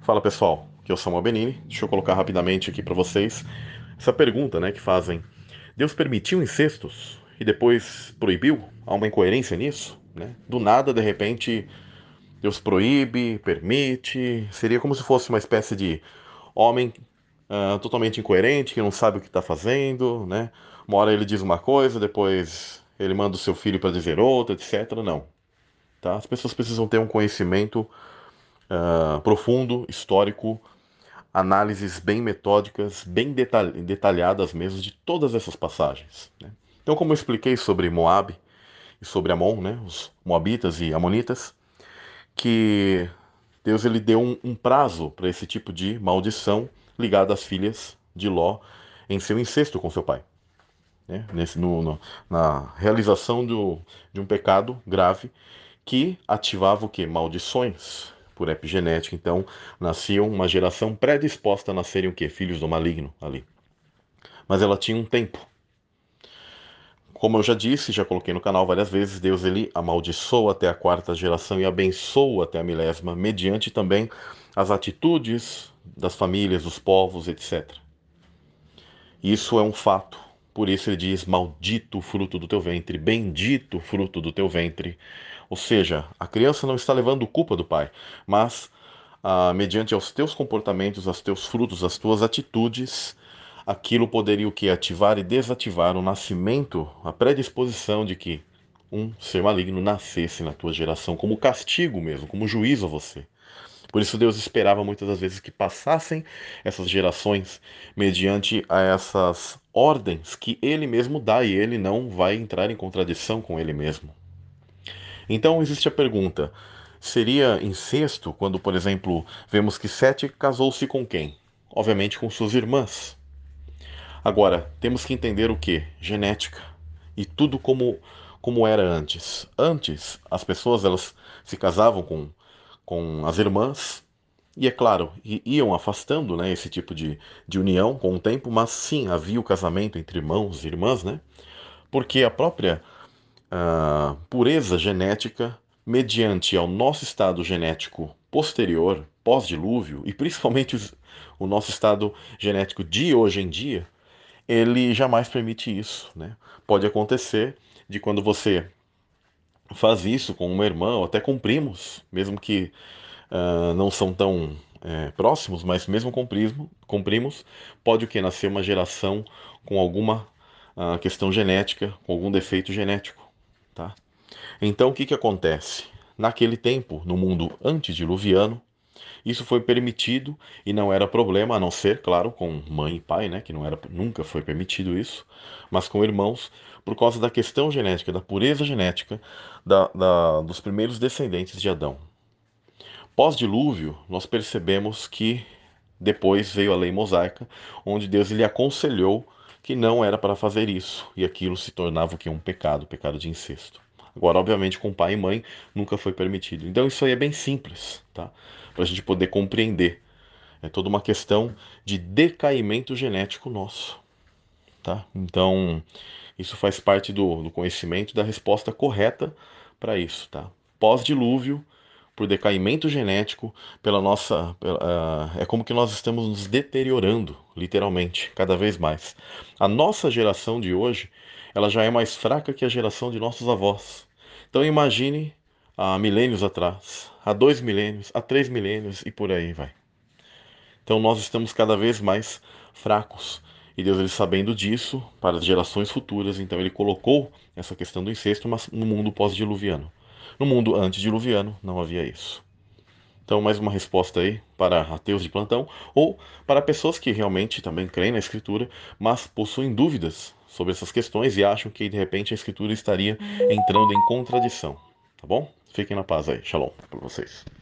Fala pessoal, aqui é o Samuel Benini. Deixa eu colocar rapidamente aqui para vocês essa pergunta, né, que fazem. Deus permitiu incestos e depois proibiu? Há uma incoerência nisso, né? Do nada, de repente, Deus proíbe, permite. Seria como se fosse uma espécie de homem totalmente incoerente, que não sabe o que está fazendo, né? Uma hora ele diz uma coisa, depois ele manda o seu filho para dizer outra, etc. Não, tá? As pessoas precisam ter um conhecimento profundo, histórico, análises bem metódicas, bem detalhadas mesmo de todas essas passagens, né? Então, como eu expliquei sobre Moab e sobre Amon, né, os Moabitas e Amonitas, que Deus ele deu um prazo para esse tipo de maldição ligada às filhas de Ló em seu incesto com seu pai, né? Na realização de um pecado grave que ativava o que? Maldições por epigenética. Então, nascia uma geração predisposta a nascerem o quê? Filhos do maligno ali. Mas ela tinha um tempo. Como eu já disse, já coloquei no canal várias vezes, Deus ele amaldiçoa até a quarta geração e abençoa até a milésima, mediante também as atitudes das famílias, dos povos, etc. Isso é um fato. Por isso ele diz: Maldito o fruto do teu ventre, bendito o fruto do teu ventre. Ou seja, a criança não está levando culpa do pai, mas mediante aos teus comportamentos, aos teus frutos, às tuas atitudes, aquilo poderia o que? Ativar e desativar o nascimento, a predisposição de que um ser maligno nascesse na tua geração, como castigo mesmo, como juízo a você. Por isso Deus esperava muitas das vezes que passassem essas gerações mediante a essas ordens que ele mesmo dá e ele não vai entrar em contradição com ele mesmo. Então existe a pergunta: seria incesto quando, por exemplo, vemos que Sete casou-se com quem? Obviamente com suas irmãs. Agora, temos que entender o que? Genética. E tudo como era antes. Antes, as pessoas elas se casavam com as irmãs e, é claro, iam afastando, né, esse tipo de união com o tempo, mas sim, havia o casamento entre irmãos e irmãs, né? Porque a própria pureza genética, mediante ao nosso estado genético posterior, pós-dilúvio, e principalmente o nosso estado genético de hoje em dia, ele jamais permite isso, né? Pode acontecer de quando você faz isso com uma irmã ou até com primos, mesmo que não são tão próximos, mas mesmo com primos, pode o que? Nascer uma geração com alguma questão genética, com algum defeito genético, tá? Então, o que que acontece? Naquele tempo, no mundo antediluviano, isso foi permitido e não era problema, a não ser, claro, com mãe e pai, né, que não era, nunca foi permitido isso, mas com irmãos, por causa da questão genética, da pureza genética dos primeiros descendentes de Adão. Pós-dilúvio, nós percebemos que depois veio a lei mosaica, onde Deus lhe aconselhou que não era para fazer isso, e aquilo se tornava o que? Um pecado, pecado de incesto. Agora, obviamente, com pai e mãe nunca foi permitido. Então, isso aí é bem simples, tá? Para a gente poder compreender. É toda uma questão de decaimento genético nosso, tá? Então, isso faz parte do conhecimento da resposta correta para isso, tá? Pós-dilúvio, por decaimento genético, é como que nós estamos nos deteriorando, literalmente, cada vez mais. A nossa geração de hoje, ela já é mais fraca que a geração de nossos avós. Então imagine há milênios atrás, há 2 milênios, há 3 milênios e por aí vai. Então nós estamos cada vez mais fracos. E Deus, ele sabendo disso, para as gerações futuras, então ele colocou essa questão do incesto, mas no mundo pós-diluviano. No mundo antediluviano não havia isso. Então, mais uma resposta aí para ateus de plantão ou para pessoas que realmente também creem na Escritura, mas possuem dúvidas sobre essas questões e acham que de repente a Escritura estaria entrando em contradição. Tá bom? Fiquem na paz aí. Shalom para vocês.